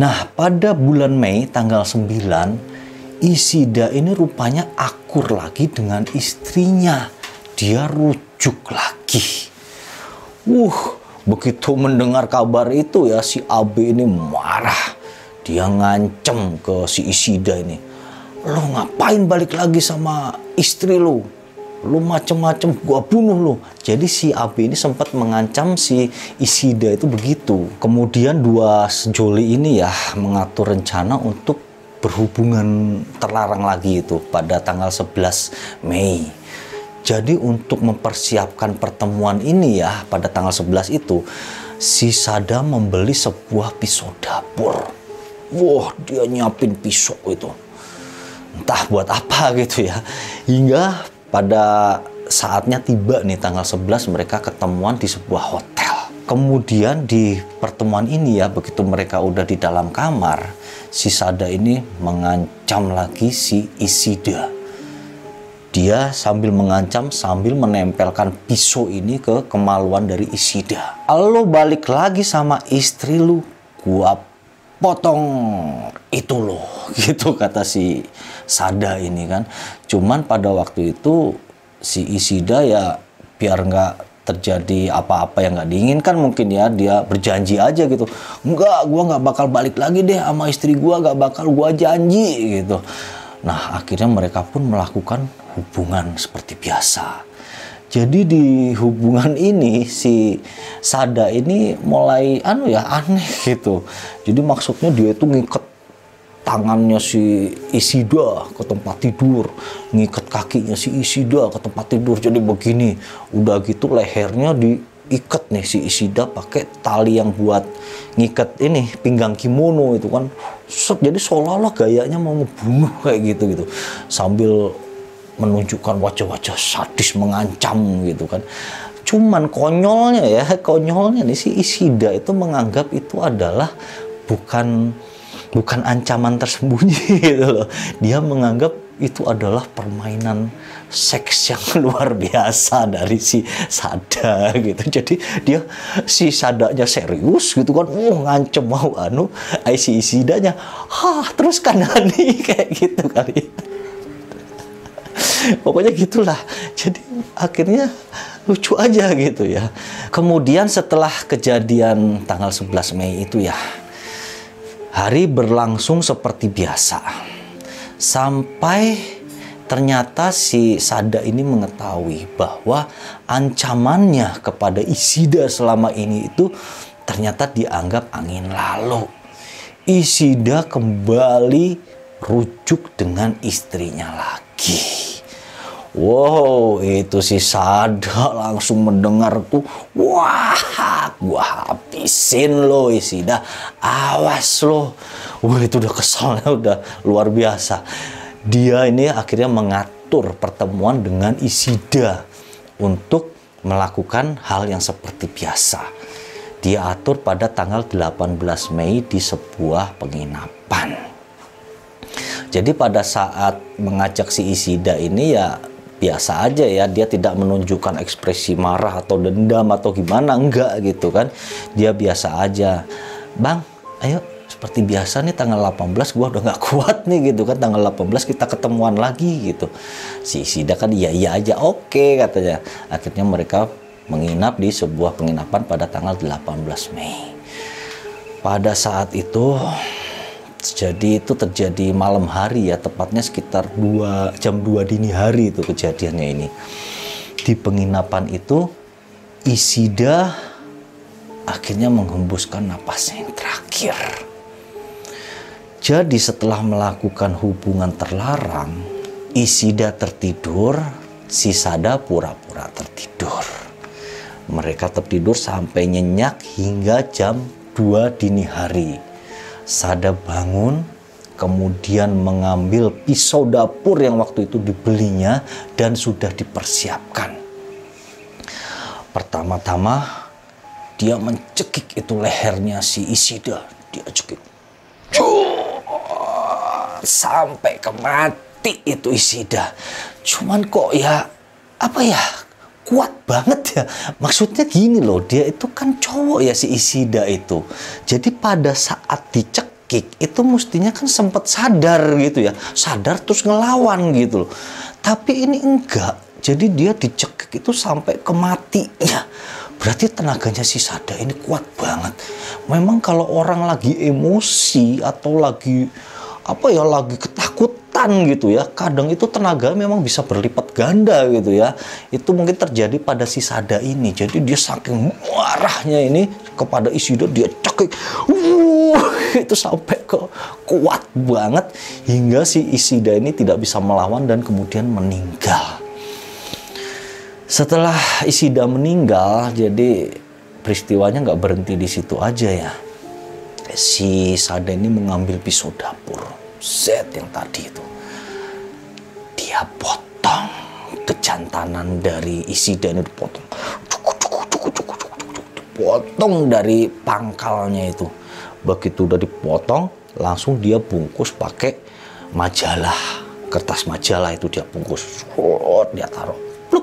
Nah, pada bulan Mei tanggal 9, Ishida ini rupanya akur lagi dengan istrinya. Dia rujuk lagi. Begitu mendengar kabar itu ya, si Abe ini marah. Dia ngancem ke si Ishida ini. Lo ngapain balik lagi sama istri lo? Lu macem-macem gua bunuh lu. Jadi si Abe ini sempat mengancam si Ishida itu begitu. Kemudian dua sejoli ini ya mengatur rencana untuk berhubungan terlarang lagi itu pada tanggal 11 Mei. Jadi untuk mempersiapkan pertemuan ini ya pada tanggal 11 itu, si Sada membeli sebuah pisau dapur. Dia nyiapin pisau itu. Entah buat apa gitu ya. Hingga pada saatnya tiba nih tanggal 11 mereka ketemuan di sebuah hotel. Kemudian di pertemuan ini ya begitu mereka udah di dalam kamar, si Sada ini mengancam lagi si Ishida. Dia sambil mengancam sambil menempelkan pisau ini ke kemaluan dari Ishida. Lo balik lagi sama istri lu, gua potong itu loh, gitu kata si Sada ini kan. Cuman pada waktu itu si Ishida ya biar nggak terjadi apa-apa yang nggak diinginkan mungkin ya, dia berjanji aja gitu, enggak, gua nggak bakal balik lagi deh sama istri gua, nggak bakal, gua janji gitu. Nah akhirnya mereka pun melakukan hubungan seperti biasa. Jadi di hubungan ini si Sada ini mulai aneh gitu. Jadi maksudnya dia itu ngikat tangannya si Ishida ke tempat tidur, ngikat kakinya si Ishida ke tempat tidur. Jadi begini, udah gitu lehernya diikat nih si Ishida pakai tali yang buat ngikat ini pinggang kimono itu kan. Jadi seolah-olah gayanya mau ngebunuh kayak gitu sambil menunjukkan wajah-wajah sadis mengancam gitu kan. Cuman konyolnya nih si Ishida itu menganggap itu adalah bukan ancaman tersembunyi gitu loh. Dia menganggap itu adalah permainan seks yang luar biasa dari si Sada gitu. Jadi dia si Sadanya serius gitu kan, ngancem mau si Ishidanya teruskan nih kayak gitu kali. Pokoknya gitulah. Jadi akhirnya lucu aja gitu ya. Kemudian setelah kejadian tanggal 11 Mei itu ya, hari berlangsung seperti biasa. Sampai ternyata si Sada ini mengetahui bahwa ancamannya kepada Ishida selama ini itu ternyata dianggap angin lalu. Ishida kembali rujuk dengan istrinya lagi. Itu si Sada langsung mendengar tuh, gua habisin lo Ishida, awas lo. Itu udah kesalnya udah luar biasa. Dia ini akhirnya mengatur pertemuan dengan Ishida untuk melakukan hal yang seperti biasa. Dia atur pada tanggal 18 Mei di sebuah penginapan. Jadi pada saat mengajak si Ishida ini ya biasa aja ya, dia tidak menunjukkan ekspresi marah atau dendam atau gimana, enggak gitu kan. Dia biasa aja, bang ayo seperti biasa nih tanggal 18 gua udah nggak kuat nih gitu kan, tanggal 18 kita ketemuan lagi gitu. Si Ishida kan iya aja, oke katanya. Akhirnya mereka menginap di sebuah penginapan pada tanggal 18 Mei. Pada saat itu jadi itu terjadi malam hari ya, tepatnya sekitar jam 2 dini hari itu kejadiannya ini. Di penginapan itu Ishida akhirnya menghembuskan napasnya yang terakhir. Jadi setelah melakukan hubungan terlarang, Ishida tertidur, si Sada pura-pura tertidur. Mereka tertidur sampai nyenyak hingga jam 2 dini hari. Sada bangun, kemudian mengambil pisau dapur yang waktu itu dibelinya dan sudah dipersiapkan. Pertama-tama dia mencekik itu lehernya si Ishida. Dia cekik sampai ke mati itu Ishida. Cuman kok ya kuat banget ya. Maksudnya gini loh, dia itu kan cowok ya si Ishida itu. Jadi pada saat dicekik dicekik, itu mestinya kan sempat sadar gitu ya, sadar terus ngelawan gitu loh. Tapi ini enggak, jadi dia dicekik itu sampai ke mati ya. Berarti tenaganya si Sada ini kuat banget. Memang kalau orang lagi emosi atau lagi lagi ketakutan gitu ya, kadang itu tenaga memang bisa berlipat ganda gitu ya. Itu mungkin terjadi pada si Sada ini. Jadi dia saking marahnya ini kepada Ishida, dia cekik, itu sampai kuat banget hingga si Ishida ini tidak bisa melawan dan kemudian meninggal. Setelah Ishida meninggal, jadi peristiwanya nggak berhenti di situ aja ya. Si Sada ini mengambil pisau dapur, yang tadi itu, dia potong kejantanan dari Ishida ini, dipotong, dipotong dari pangkalnya itu. Begitu udah dipotong, langsung dia bungkus pakai majalah, kertas majalah itu dia bungkus, dia taruh.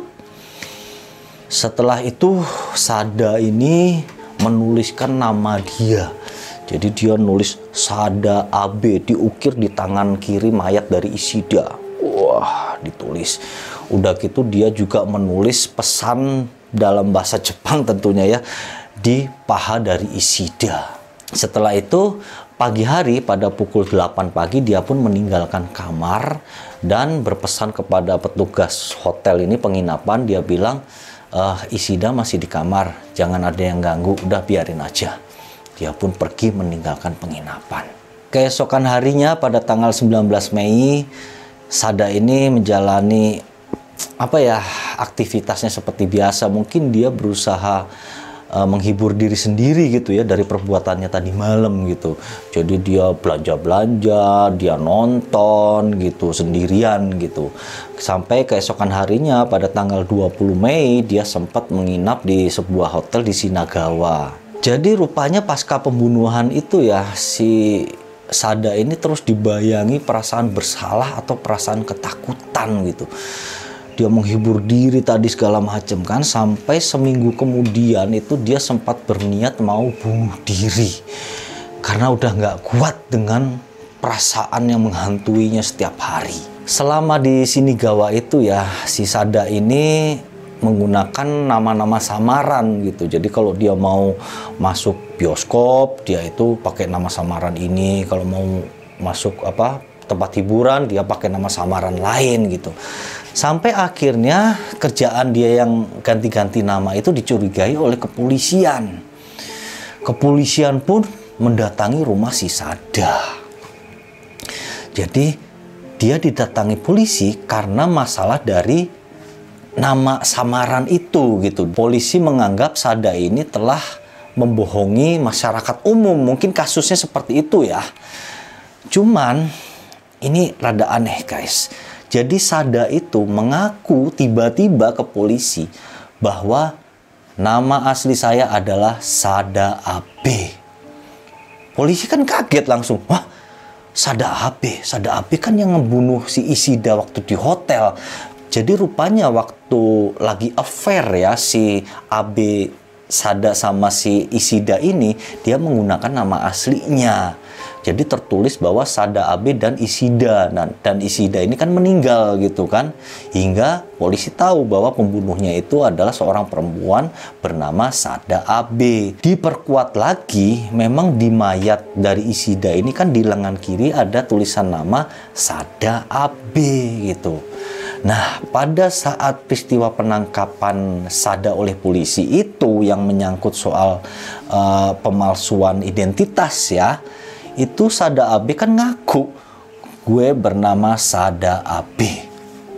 Setelah itu Sada ini menuliskan nama dia. Jadi dia nulis Sada Abe, diukir di tangan kiri mayat dari Ishida. Wah, ditulis. Udah gitu dia juga menulis pesan dalam bahasa Jepang tentunya ya, di paha dari Ishida. Setelah itu pagi hari pada pukul 8 pagi dia pun meninggalkan kamar dan berpesan kepada petugas hotel ini, penginapan. Dia bilang, Ishida masih di kamar, jangan ada yang ganggu, udah biarin aja. Dia pun pergi meninggalkan penginapan. Keesokan harinya pada tanggal 19 Mei, Sada ini menjalani aktivitasnya seperti biasa. Mungkin dia berusaha menghibur diri sendiri gitu ya dari perbuatannya tadi malam gitu. Jadi dia belanja-belanja, dia nonton gitu sendirian gitu. Sampai keesokan harinya pada tanggal 20 Mei dia sempat menginap di sebuah hotel di Shinagawa. Jadi rupanya pasca pembunuhan itu ya, si Sada ini terus dibayangi perasaan bersalah atau perasaan ketakutan gitu. Dia menghibur diri tadi segala macam kan, sampai seminggu kemudian itu dia sempat berniat mau bunuh diri karena udah nggak kuat dengan perasaan yang menghantuinya setiap hari. Selama di Shinagawa itu ya, si Sada ini menggunakan nama-nama samaran gitu. Jadi kalau dia mau masuk bioskop, dia itu pakai nama samaran ini. Kalau mau masuk tempat hiburan, dia pakai nama samaran lain gitu. Sampai akhirnya kerjaan dia yang ganti-ganti nama itu dicurigai oleh kepolisian. Kepolisian pun mendatangi rumah si Sada. Jadi dia didatangi polisi karena masalah dari nama samaran itu gitu. Polisi menganggap Sada ini telah membohongi masyarakat umum. Mungkin kasusnya seperti itu ya. Cuman ini rada aneh guys. Jadi Sada itu mengaku tiba-tiba ke polisi bahwa nama asli saya adalah Sada Abe. Polisi kan kaget langsung. Wah, Sada Abe? Sada Abe kan yang ngebunuh si Ishida waktu di hotel. Jadi rupanya waktu lagi affair ya, si Abe Sada sama si Ishida ini, dia menggunakan nama aslinya. Jadi tertulis bahwa Sada Abe dan Ishida, dan Ishida ini kan meninggal gitu kan. Hingga polisi tahu bahwa pembunuhnya itu adalah seorang perempuan bernama Sada Abe. Diperkuat lagi, memang di mayat dari Ishida ini kan di lengan kiri ada tulisan nama Sada Abe gitu. Nah, pada saat peristiwa penangkapan Sada oleh polisi itu yang menyangkut soal pemalsuan identitas ya, itu Sada Abe kan ngaku, gue bernama Sada Abe.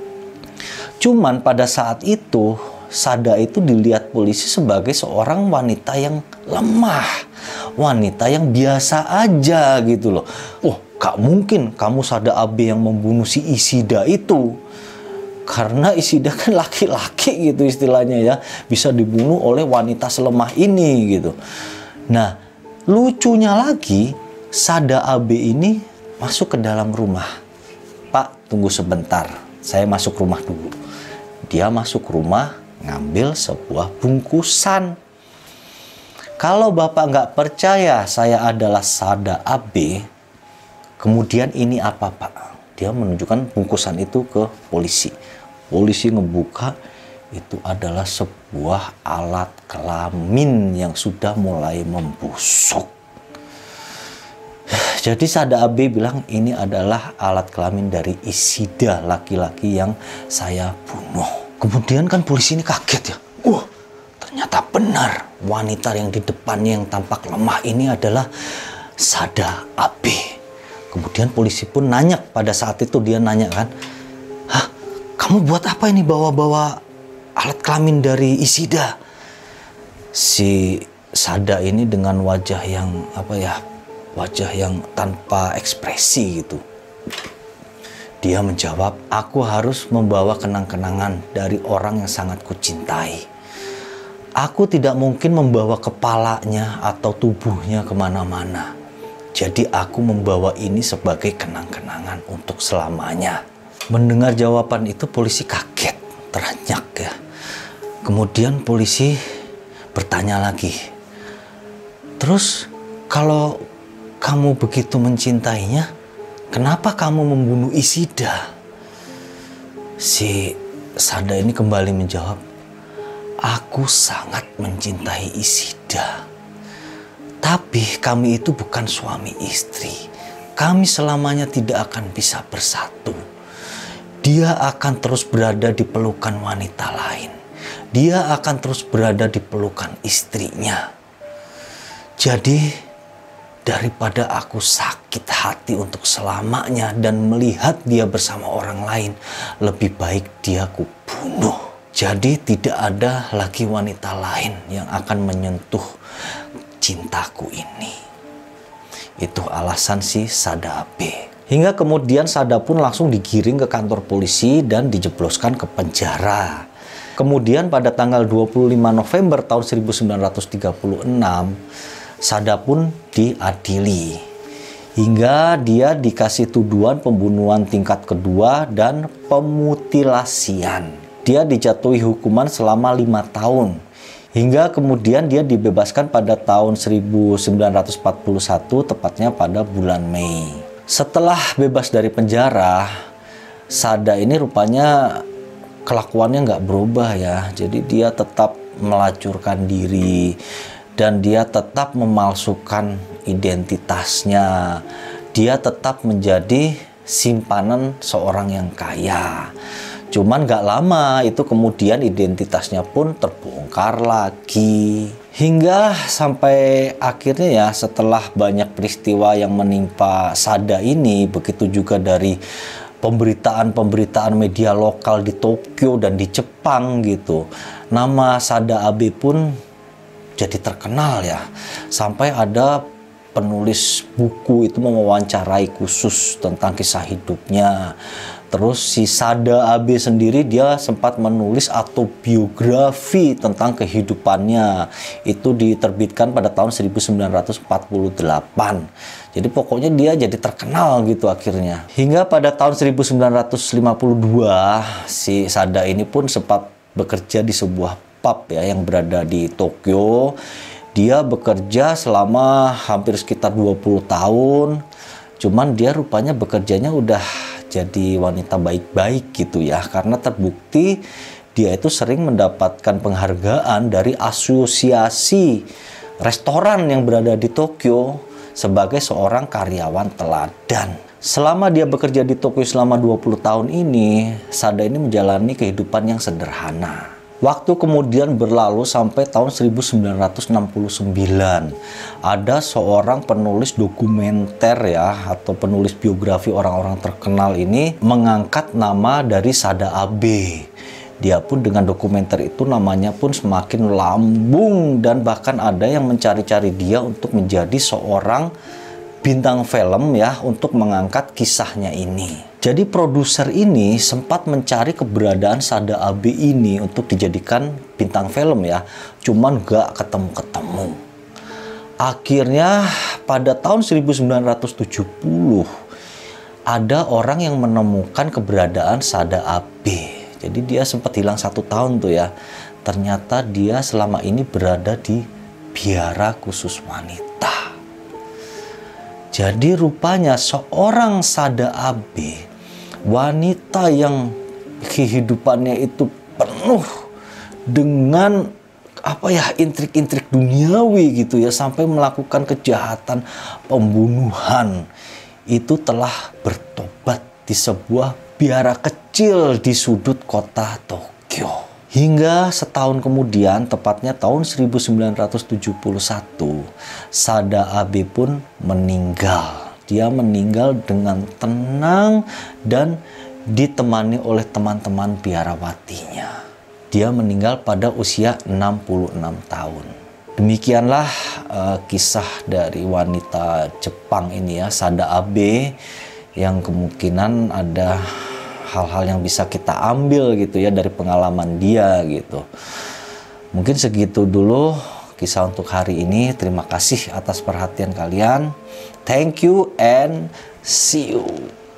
Cuman pada saat itu Sada itu dilihat polisi sebagai seorang wanita yang lemah, wanita yang biasa aja gitu loh. Oh, gak mungkin kamu Sada Abe yang membunuh si Ishida itu. Karena Ishida kan laki-laki gitu istilahnya ya, bisa dibunuh oleh wanita selemah ini gitu. Nah, lucunya lagi, Sada Abe ini masuk ke dalam rumah. Pak, tunggu sebentar, saya masuk rumah dulu. Dia masuk rumah, ngambil sebuah bungkusan. Kalau Bapak nggak percaya saya adalah Sada Abe, Kemudian ini apa Pak? Dia menunjukkan bungkusan itu ke polisi. Polisi ngebuka, itu adalah sebuah alat kelamin yang sudah mulai membusuk. Jadi Sada AB bilang ini adalah alat kelamin dari Isida, laki-laki yang saya bunuh. Kemudian kan polisi ini kaget ya. Ternyata benar wanita yang di depannya yang tampak lemah ini adalah Sada AB. Kemudian polisi pun nanya, pada saat itu dia nanya kan, "Hah, kamu buat apa ini bawa-bawa alat kelamin dari Isida?" Si Sada ini dengan wajah yang wajah yang tanpa ekspresi gitu. Dia menjawab, "Aku harus membawa kenang-kenangan dari orang yang sangat kucintai. Aku tidak mungkin membawa kepalanya atau tubuhnya kemana-mana. Jadi aku membawa ini sebagai kenang-kenangan untuk selamanya." Mendengar jawaban itu polisi kaget, teranyak ya. Kemudian polisi bertanya lagi, "Terus kalau kamu begitu mencintainya, kenapa kamu membunuh Isida?" Si Sada ini kembali menjawab, "Aku sangat mencintai Isida. Tapi kami itu bukan suami istri. Kami selamanya tidak akan bisa bersatu. Dia akan terus berada di pelukan wanita lain. Dia akan terus berada di pelukan istrinya. Jadi daripada aku sakit hati untuk selamanya dan melihat dia bersama orang lain, lebih baik dia kubunuh. Jadi tidak ada lagi wanita lain yang akan menyentuh cintaku ini." Itu alasan si Sada AB. Hingga kemudian Sada pun langsung digiring ke kantor polisi dan dijebloskan ke penjara. Kemudian pada tanggal 25 November tahun 1936, Sada pun diadili. Hingga dia dikasih tuduhan pembunuhan tingkat kedua dan pemutilasian. Dia dijatuhi hukuman selama 5 tahun. Hingga kemudian dia dibebaskan pada tahun 1941, tepatnya pada bulan Mei. Setelah bebas dari penjara, Sada ini rupanya kelakuannya nggak berubah ya. Jadi dia tetap melacurkan diri dan dia tetap memalsukan identitasnya. Dia tetap menjadi simpanan seorang yang kaya. Cuman gak lama itu kemudian identitasnya pun terbongkar lagi. Hingga sampai akhirnya ya, setelah banyak peristiwa yang menimpa Sada ini, begitu juga dari pemberitaan-pemberitaan media lokal di Tokyo dan di Jepang gitu, nama Sada Abe pun jadi terkenal ya. Sampai ada penulis buku itu mewawancarai khusus tentang kisah hidupnya. Terus si Sada Abe sendiri dia sempat menulis autobiografi tentang kehidupannya. Itu diterbitkan pada tahun 1948. Jadi pokoknya dia jadi terkenal gitu akhirnya. Hingga pada tahun 1952 si Sada ini pun sempat bekerja di sebuah pub ya yang berada di Tokyo. Dia bekerja selama hampir sekitar 20 tahun. Cuman dia rupanya bekerjanya udah jadi wanita baik-baik gitu ya. Karena terbukti dia itu sering mendapatkan penghargaan dari asosiasi restoran yang berada di Tokyo sebagai seorang karyawan teladan. Selama dia bekerja di Tokyo selama 20 tahun ini, Sada ini menjalani kehidupan yang sederhana. Waktu kemudian berlalu sampai tahun 1969. Ada seorang penulis dokumenter ya, atau penulis biografi orang-orang terkenal ini mengangkat nama dari Sada Abe. Dia pun dengan dokumenter itu namanya pun semakin lambung dan bahkan ada yang mencari-cari dia untuk menjadi seorang bintang film ya untuk mengangkat kisahnya ini. Jadi produser ini sempat mencari keberadaan Sada Abe ini untuk dijadikan bintang film ya. Cuman gak ketemu-ketemu. Akhirnya pada tahun 1970 ada orang yang menemukan keberadaan Sada Abe. Jadi dia sempat hilang 1 tahun tuh ya. Ternyata dia selama ini berada di biara khusus wanita. Jadi rupanya seorang Sada Abe, wanita yang kehidupannya itu penuh dengan intrik-intrik duniawi gitu ya, sampai melakukan kejahatan pembunuhan, itu telah bertobat di sebuah biara kecil di sudut kota Tokyo. Hingga setahun kemudian, tepatnya tahun 1971, Sada Abe pun meninggal. Dia meninggal dengan tenang dan ditemani oleh teman-teman biarawatinya. Dia meninggal pada usia 66 tahun. Demikianlah kisah dari wanita Jepang ini ya, Sada Abe, yang kemungkinan ada hal-hal yang bisa kita ambil gitu ya dari pengalaman dia gitu. Mungkin segitu dulu kisah untuk hari ini. Terima kasih atas perhatian kalian. Thank you and see you.